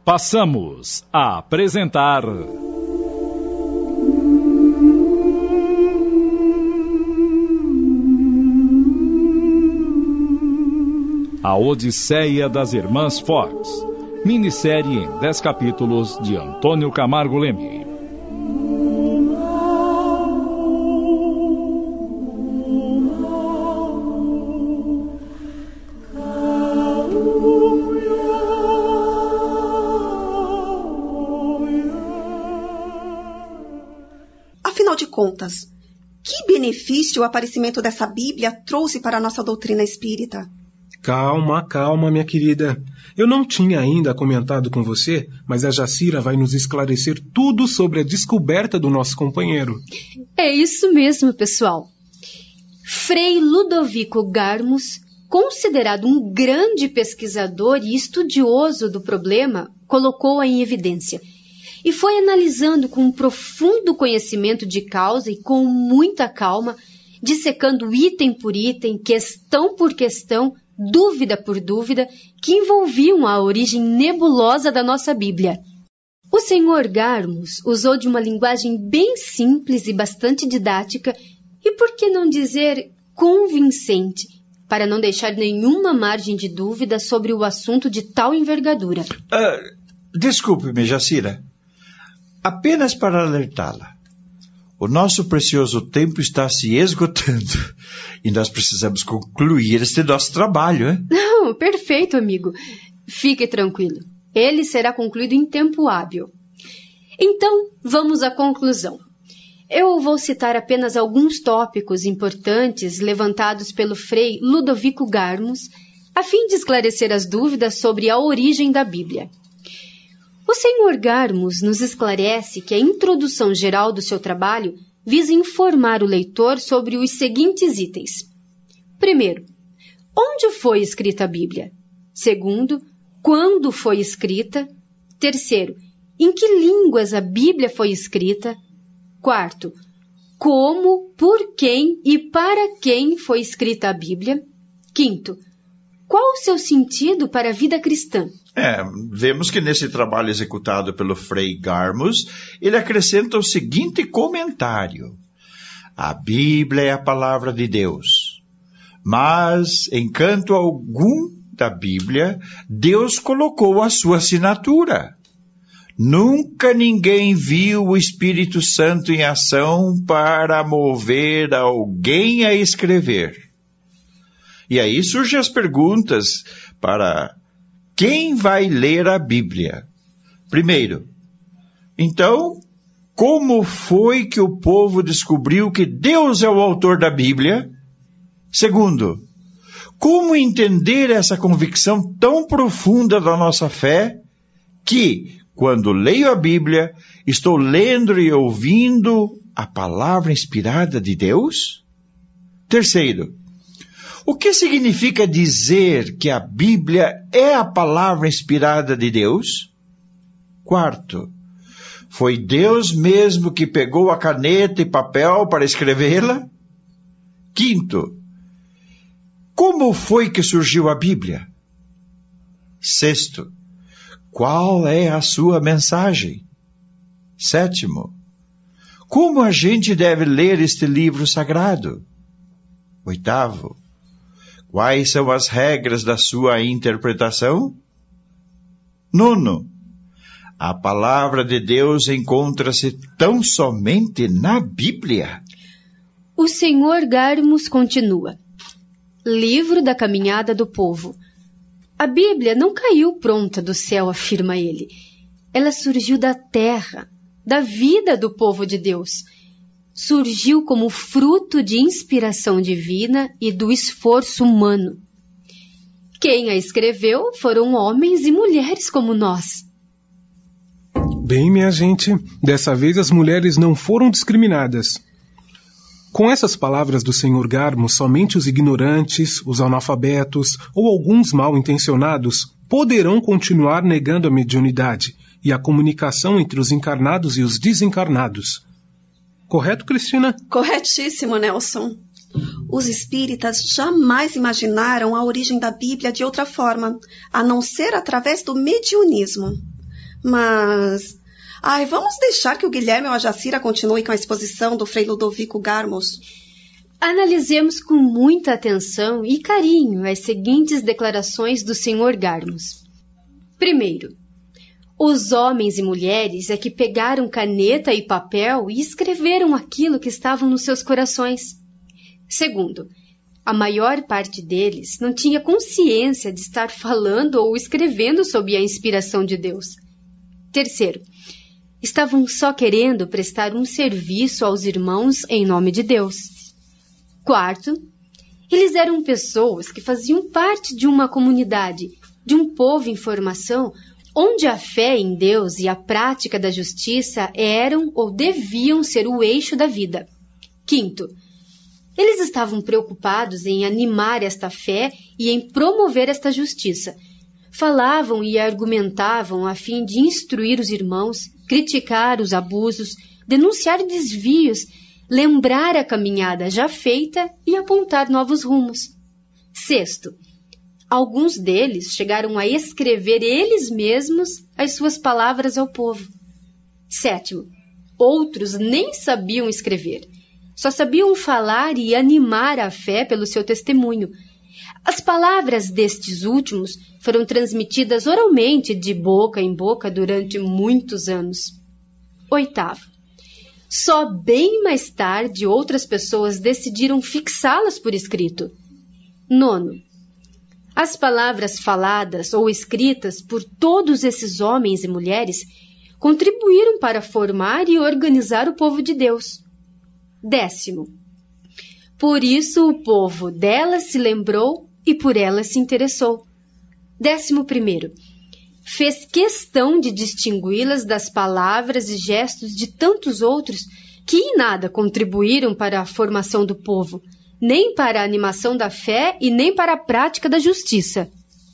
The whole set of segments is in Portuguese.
Passamos a apresentar A Odisseia das Irmãs Fox, minissérie em 10 capítulos de Antônio Camargo Leme. Afinal de contas, que benefício o aparecimento dessa Bíblia trouxe para a nossa doutrina espírita? Calma, minha querida. Eu não tinha ainda comentado com você, mas a Jacira vai nos esclarecer tudo sobre a descoberta do nosso companheiro. É isso mesmo, pessoal. Frei Ludovico Garmus, considerado um grande pesquisador e estudioso do problema, colocou-a em evidência. E foi analisando com um profundo conhecimento de causa e com muita calma, dissecando item por item, questão por questão, dúvida por dúvida, que envolviam a origem nebulosa da nossa Bíblia. O senhor Garmus usou de uma linguagem bem simples e bastante didática, e por que não dizer convincente, para não deixar nenhuma margem de dúvida sobre o assunto de tal envergadura. Desculpe-me, Jacira. Apenas para alertá-la. O nosso precioso tempo está se esgotando e nós precisamos concluir este nosso trabalho, hein? Não, perfeito, amigo. Fique tranquilo. Ele será concluído em tempo hábil. Então, vamos à conclusão. Eu vou citar apenas alguns tópicos importantes levantados pelo Frei Ludovico Garmus, a fim de esclarecer as dúvidas sobre a origem da Bíblia. O senhor Garmus nos esclarece que a introdução geral do seu trabalho visa informar o leitor sobre os seguintes itens. Primeiro, onde foi escrita a Bíblia? Segundo, quando foi escrita? Terceiro, em que línguas a Bíblia foi escrita? Quarto, como, por quem e para quem foi escrita a Bíblia? Quinto, qual o seu sentido para a vida cristã? Vemos que nesse trabalho executado pelo Frei Garmus, ele acrescenta o seguinte comentário. A Bíblia é a palavra de Deus, mas em canto algum da Bíblia, Deus colocou a sua assinatura. Nunca ninguém viu o Espírito Santo em ação para mover alguém a escrever. E aí surgem as perguntas para quem vai ler a Bíblia? Primeiro, então, como foi que o povo descobriu que Deus é o autor da Bíblia? Segundo, como entender essa convicção tão profunda da nossa fé que, quando leio a Bíblia, estou lendo e ouvindo a palavra inspirada de Deus? Terceiro, o que significa dizer que a Bíblia é a palavra inspirada de Deus? Quarto, foi Deus mesmo que pegou a caneta e papel para escrevê-la? Quinto, como foi que surgiu a Bíblia? Sexto, qual é a sua mensagem? Sétimo, como a gente deve ler este livro sagrado? Oitavo, quais são as regras da sua interpretação? Nono, a palavra de Deus encontra-se tão somente na Bíblia? O senhor Garmus continua. Livro da caminhada do povo. A Bíblia não caiu pronta do céu, afirma ele. Ela surgiu da terra, da vida do povo de Deus. Surgiu como fruto de inspiração divina e do esforço humano. Quem a escreveu foram homens e mulheres como nós. Bem, minha gente, dessa vez as mulheres não foram discriminadas. Com essas palavras do Sr. Garmus, somente os ignorantes, os analfabetos ou alguns mal-intencionados poderão continuar negando a mediunidade e a comunicação entre os encarnados e os desencarnados. Correto, Cristina? Corretíssimo, Nelson. Os espíritas jamais imaginaram a origem da Bíblia de outra forma, a não ser através do mediunismo. Mas... vamos deixar que o Guilherme ou a Jacira continue com a exposição do Frei Ludovico Garmos. Analisemos com muita atenção e carinho as seguintes declarações do Sr. Garmos. Primeiro, os homens e mulheres é que pegaram caneta e papel e escreveram aquilo que estava nos seus corações. Segundo, a maior parte deles não tinha consciência de estar falando ou escrevendo sob a inspiração de Deus. Terceiro, estavam só querendo prestar um serviço aos irmãos em nome de Deus. Quarto, eles eram pessoas que faziam parte de uma comunidade, de um povo em formação, onde a fé em Deus e a prática da justiça eram ou deviam ser o eixo da vida. Quinto, eles estavam preocupados em animar esta fé e em promover esta justiça. Falavam e argumentavam a fim de instruir os irmãos, criticar os abusos, denunciar desvios, lembrar a caminhada já feita e apontar novos rumos. Sexto, alguns deles chegaram a escrever eles mesmos as suas palavras ao povo. Sétimo, outros nem sabiam escrever, só sabiam falar e animar a fé pelo seu testemunho. As palavras destes últimos foram transmitidas oralmente de boca em boca durante muitos anos. Oitavo, só bem mais tarde outras pessoas decidiram fixá-las por escrito. Nono, as palavras faladas ou escritas por todos esses homens e mulheres contribuíram para formar e organizar o povo de Deus. Décimo, por isso o povo delas se lembrou e por elas se interessou. 11º, fez questão de distingui-las das palavras e gestos de tantos outros que em nada contribuíram para a formação do povo, nem para a animação da fé e nem para a prática da justiça.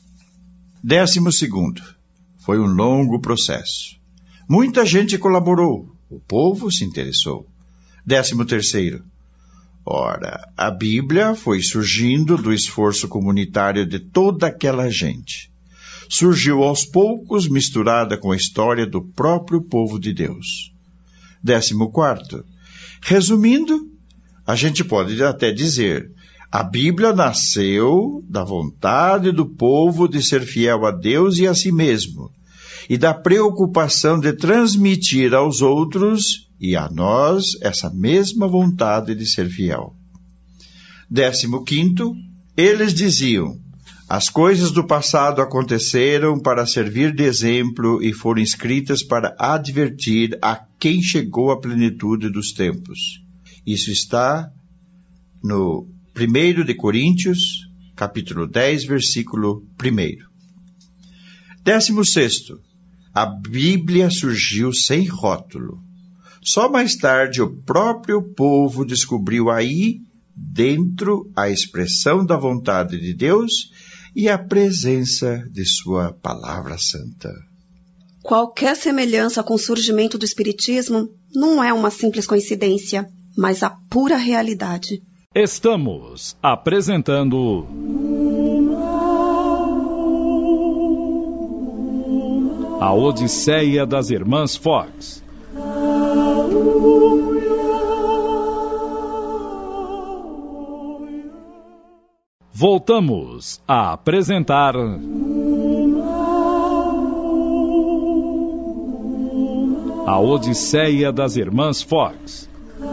12º, foi um longo processo. Muita gente colaborou, o povo se interessou. 13º, ora, a Bíblia foi surgindo do esforço comunitário de toda aquela gente. Surgiu aos poucos, misturada com a história do próprio povo de Deus. 14º, resumindo, a gente pode até dizer, a Bíblia nasceu da vontade do povo de ser fiel a Deus e a si mesmo, e da preocupação de transmitir aos outros e a nós essa mesma vontade de ser fiel. 15º, eles diziam, as coisas do passado aconteceram para servir de exemplo e foram escritas para advertir a quem chegou à plenitude dos tempos. Isso está no 1 de Coríntios, capítulo 10, versículo 1. 16º, a Bíblia surgiu sem rótulo. Só mais tarde o próprio povo descobriu aí, dentro, a expressão da vontade de Deus e a presença de sua palavra santa. Qualquer semelhança com o surgimento do Espiritismo não é uma simples coincidência, mas a pura realidade. Estamos apresentando A Odisseia das Irmãs Fox. Voltamos a apresentar A Odisseia das Irmãs Fox.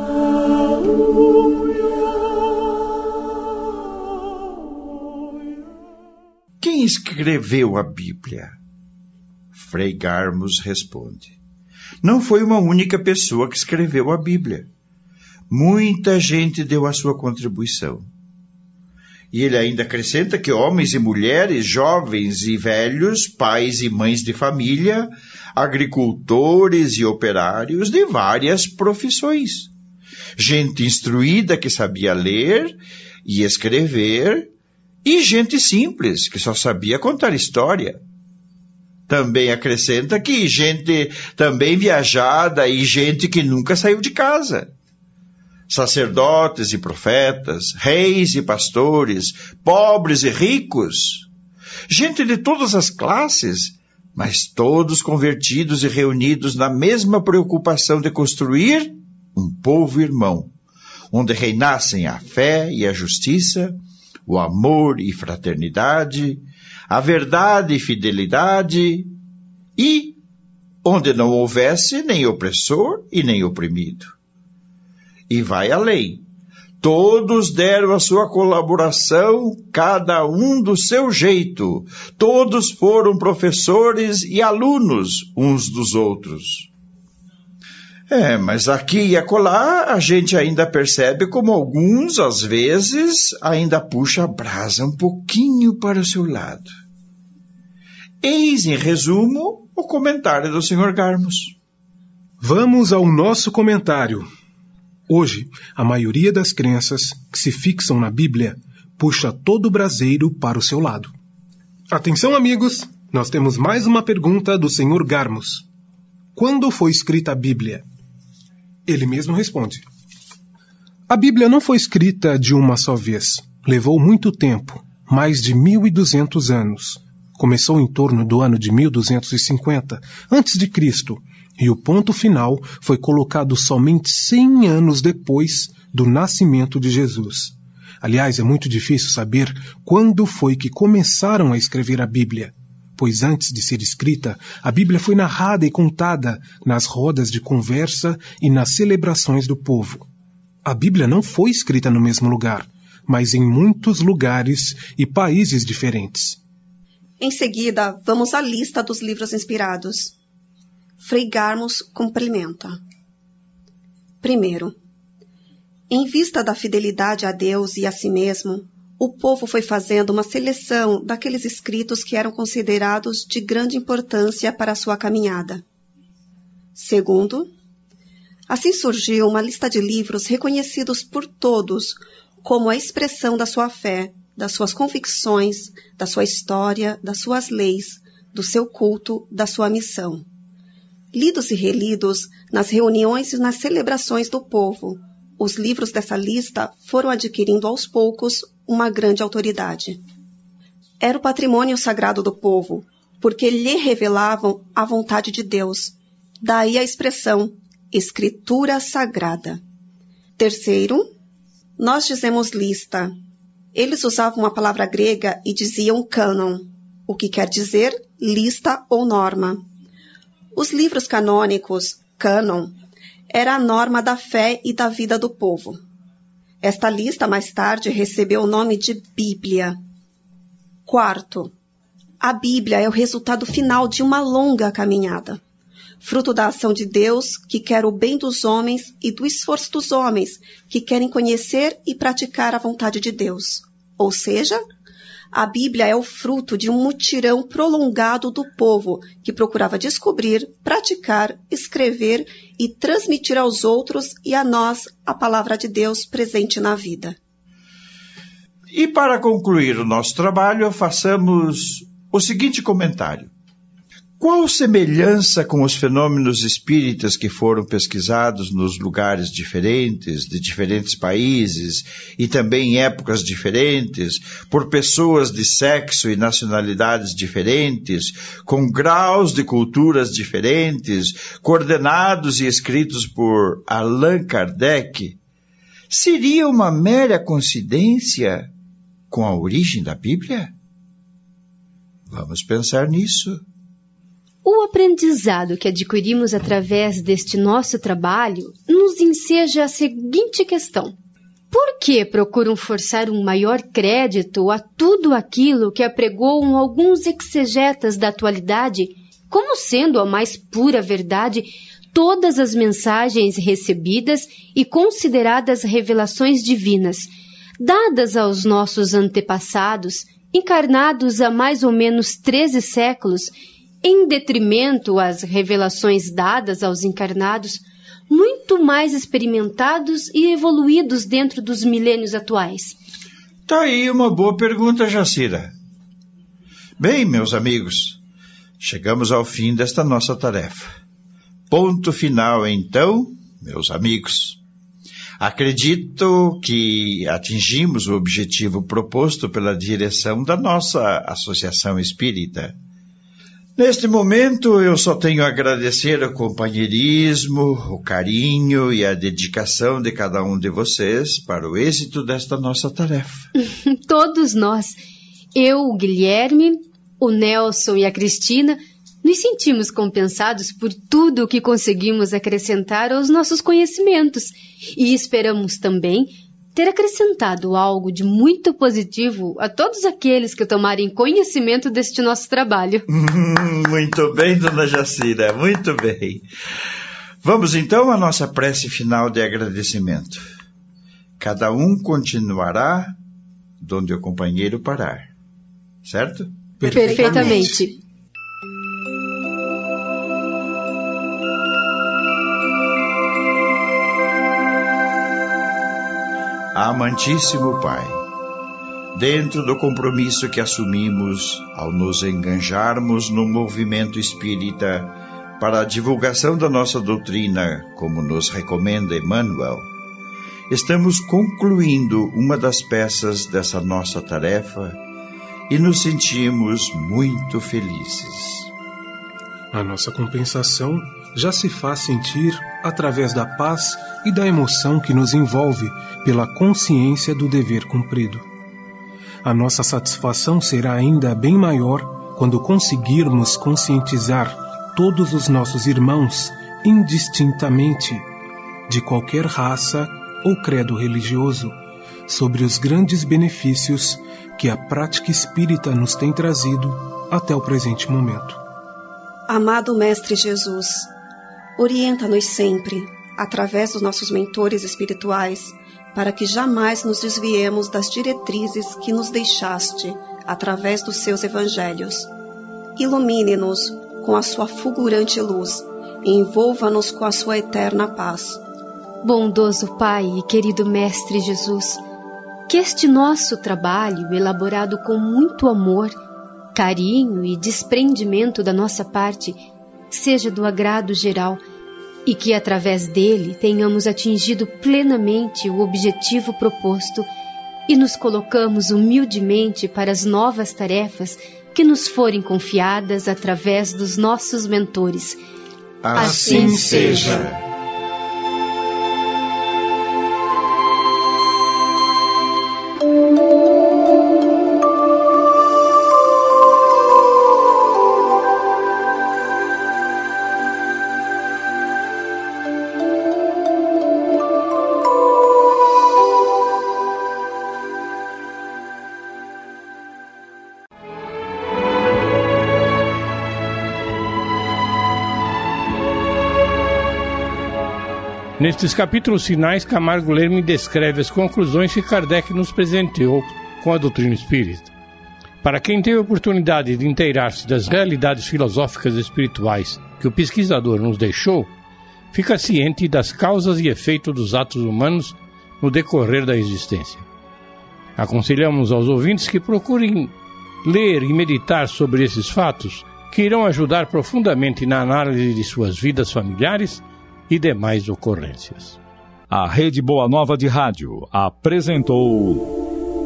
Quem escreveu a Bíblia? Frei Garmos responde. Não foi uma única pessoa que escreveu a Bíblia. Muita gente deu a sua contribuição. E ele ainda acrescenta que homens e mulheres, jovens e velhos, pais e mães de família, agricultores e operários de várias profissões. Gente instruída que sabia ler e escrever, e gente simples que só sabia contar história. Também acrescenta que gente também viajada e gente que nunca saiu de casa. Sacerdotes e profetas, reis e pastores, pobres e ricos, gente de todas as classes, mas todos convertidos e reunidos na mesma preocupação de construir um povo irmão, onde reinassem a fé e a justiça, o amor e fraternidade, a verdade e fidelidade, e onde não houvesse nem opressor e nem oprimido. E vai além. Todos deram a sua colaboração, cada um do seu jeito. Todos foram professores e alunos uns dos outros. Mas aqui e acolá a gente ainda percebe como alguns, às vezes, ainda puxa a brasa um pouquinho para o seu lado. Eis, em resumo, o comentário do Sr. Garmos. Vamos ao nosso comentário. Hoje, a maioria das crenças que se fixam na Bíblia puxa todo o braseiro para o seu lado. Atenção, amigos! Nós temos mais uma pergunta do Sr. Garmos. Quando foi escrita a Bíblia? Ele mesmo responde. A Bíblia não foi escrita de uma só vez. Levou muito tempo, mais de 1.200 anos. Começou em torno do ano de 1250 a.C., e o ponto final foi colocado somente 100 anos depois do nascimento de Jesus. Aliás, é muito difícil saber quando foi que começaram a escrever a Bíblia, pois antes de ser escrita, a Bíblia foi narrada e contada nas rodas de conversa e nas celebrações do povo. A Bíblia não foi escrita no mesmo lugar, mas em muitos lugares e países diferentes. Em seguida, vamos à lista dos livros inspirados. Frei Garmos complementa. Primeiro, em vista da fidelidade a Deus e a si mesmo, o povo foi fazendo uma seleção daqueles escritos que eram considerados de grande importância para a sua caminhada. Segundo, assim surgiu uma lista de livros reconhecidos por todos como a expressão da sua fé, das suas convicções, da sua história, das suas leis, do seu culto, da sua missão. Lidos e relidos nas reuniões e nas celebrações do povo, os livros dessa lista foram adquirindo aos poucos uma grande autoridade. Era o patrimônio sagrado do povo, porque lhe revelavam a vontade de Deus. Daí a expressão Escritura Sagrada. Terceiro, nós dizemos lista. Eles usavam a palavra grega e diziam cânon, o que quer dizer lista ou norma. Os livros canônicos, cânon, era a norma da fé e da vida do povo. Esta lista, mais tarde, recebeu o nome de Bíblia. Quarto, a Bíblia é o resultado final de uma longa caminhada, fruto da ação de Deus, que quer o bem dos homens, e do esforço dos homens, que querem conhecer e praticar a vontade de Deus. Ou seja, a Bíblia é o fruto de um mutirão prolongado do povo que procurava descobrir, praticar, escrever e transmitir aos outros e a nós a palavra de Deus presente na vida. E para concluir o nosso trabalho, façamos o seguinte comentário. Qual semelhança com os fenômenos espíritas que foram pesquisados nos lugares diferentes, de diferentes países e também em épocas diferentes, por pessoas de sexo e nacionalidades diferentes, com graus de culturas diferentes, coordenados e escritos por Allan Kardec, seria uma mera coincidência com a origem da Bíblia? Vamos pensar nisso. O aprendizado que adquirimos através deste nosso trabalho nos enseja a seguinte questão. Por que procuram forçar um maior crédito a tudo aquilo que apregoam alguns exegetas da atualidade, como sendo a mais pura verdade todas as mensagens recebidas e consideradas revelações divinas, dadas aos nossos antepassados, encarnados há mais ou menos 13 séculos, em detrimento às revelações dadas aos encarnados, muito mais experimentados e evoluídos dentro dos milênios atuais? Tá aí uma boa pergunta, Jacira. Bem, meus amigos, chegamos ao fim desta nossa tarefa. Ponto final, então, meus amigos. Acredito que atingimos o objetivo proposto pela direção da nossa Associação Espírita. Neste momento, eu só tenho a agradecer o companheirismo, o carinho e a dedicação de cada um de vocês para o êxito desta nossa tarefa. Todos nós, eu, o Guilherme, o Nelson e a Cristina, nos sentimos compensados por tudo o que conseguimos acrescentar aos nossos conhecimentos e esperamos também ter acrescentado algo de muito positivo a todos aqueles que tomarem conhecimento deste nosso trabalho. Muito bem, dona Jacira, muito bem. Vamos então à nossa prece final de agradecimento. Cada um continuará donde o companheiro parar. Certo? Perfeitamente. Amantíssimo Pai, dentro do compromisso que assumimos ao nos enganjarmos no movimento espírita para a divulgação da nossa doutrina, como nos recomenda Emmanuel, estamos concluindo uma das peças dessa nossa tarefa e nos sentimos muito felizes. A nossa compensação já se faz sentir através da paz e da emoção que nos envolve pela consciência do dever cumprido. A nossa satisfação será ainda bem maior quando conseguirmos conscientizar todos os nossos irmãos, indistintamente, de qualquer raça ou credo religioso, sobre os grandes benefícios que a prática espírita nos tem trazido até o presente momento. Amado Mestre Jesus, orienta-nos sempre, através dos nossos mentores espirituais, para que jamais nos desviemos das diretrizes que nos deixaste através dos seus evangelhos. Ilumine-nos com a sua fulgurante luz e envolva-nos com a sua eterna paz. Bondoso Pai e querido Mestre Jesus, que este nosso trabalho, elaborado com muito amor, carinho e desprendimento da nossa parte, seja do agrado geral e que, através dele, tenhamos atingido plenamente o objetivo proposto e nos colocamos humildemente para as novas tarefas que nos forem confiadas através dos nossos mentores. Assim seja. Nestes capítulos finais, Camargo Leme descreve as conclusões que Kardec nos presenteou com a doutrina espírita. Para quem teve a oportunidade de inteirar-se das realidades filosóficas e espirituais que o pesquisador nos deixou, fica ciente das causas e efeitos dos atos humanos no decorrer da existência. Aconselhamos aos ouvintes que procurem ler e meditar sobre esses fatos, que irão ajudar profundamente na análise de suas vidas familiares e demais ocorrências. A Rede Boa Nova de Rádio apresentou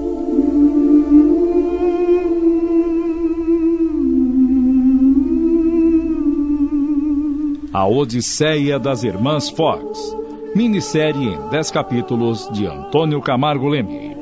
A Odisseia das Irmãs Fox, minissérie em 10 capítulos de Antônio Camargo Leme.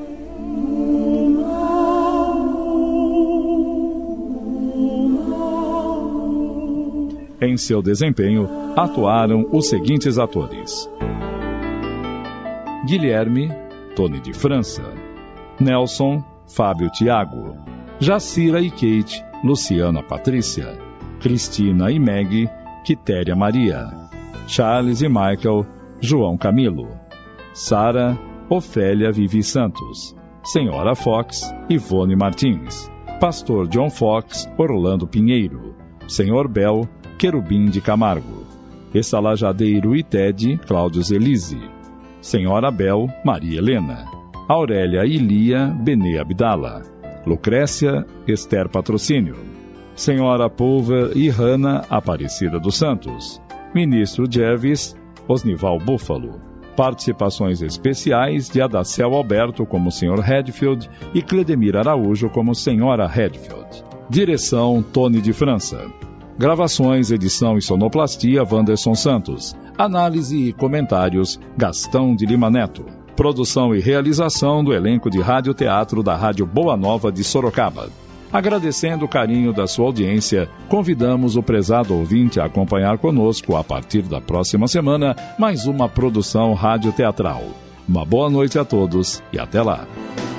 Em seu desempenho, atuaram os seguintes atores: Guilherme, Tony de França; Nelson, Fábio Thiago; Jacira e Kate, Luciana Patrícia; Cristina e Meg, Quitéria Maria; Charles e Michael, João Camilo; Sara, Ofélia Vivi Santos; Senhora Fox, Ivone Martins; Pastor John Fox, Orlando Pinheiro; Senhor Bel, Querubim de Camargo; Estalajadeiro e Ted, Cláudio Zelise; Senhora Bel, Maria Helena; Aurélia e Lia, Benê Abdala; Lucrécia, Esther Patrocínio; Senhora Pulver e Hanna, Aparecida dos Santos; Ministro Jervis, Osnival Búfalo. Participações especiais de Adacel Alberto como Sr. Redfield e Cledemir Araújo como Senhora Redfield. Direção Tony de França. Gravações, edição e sonoplastia, Wanderson Santos. Análise e comentários, Gastão de Lima Neto. Produção e realização do elenco de rádio teatro da Rádio Boa Nova de Sorocaba. Agradecendo o carinho da sua audiência, convidamos o prezado ouvinte a acompanhar conosco, a partir da próxima semana, mais uma produção rádio teatral. Uma boa noite a todos e até lá.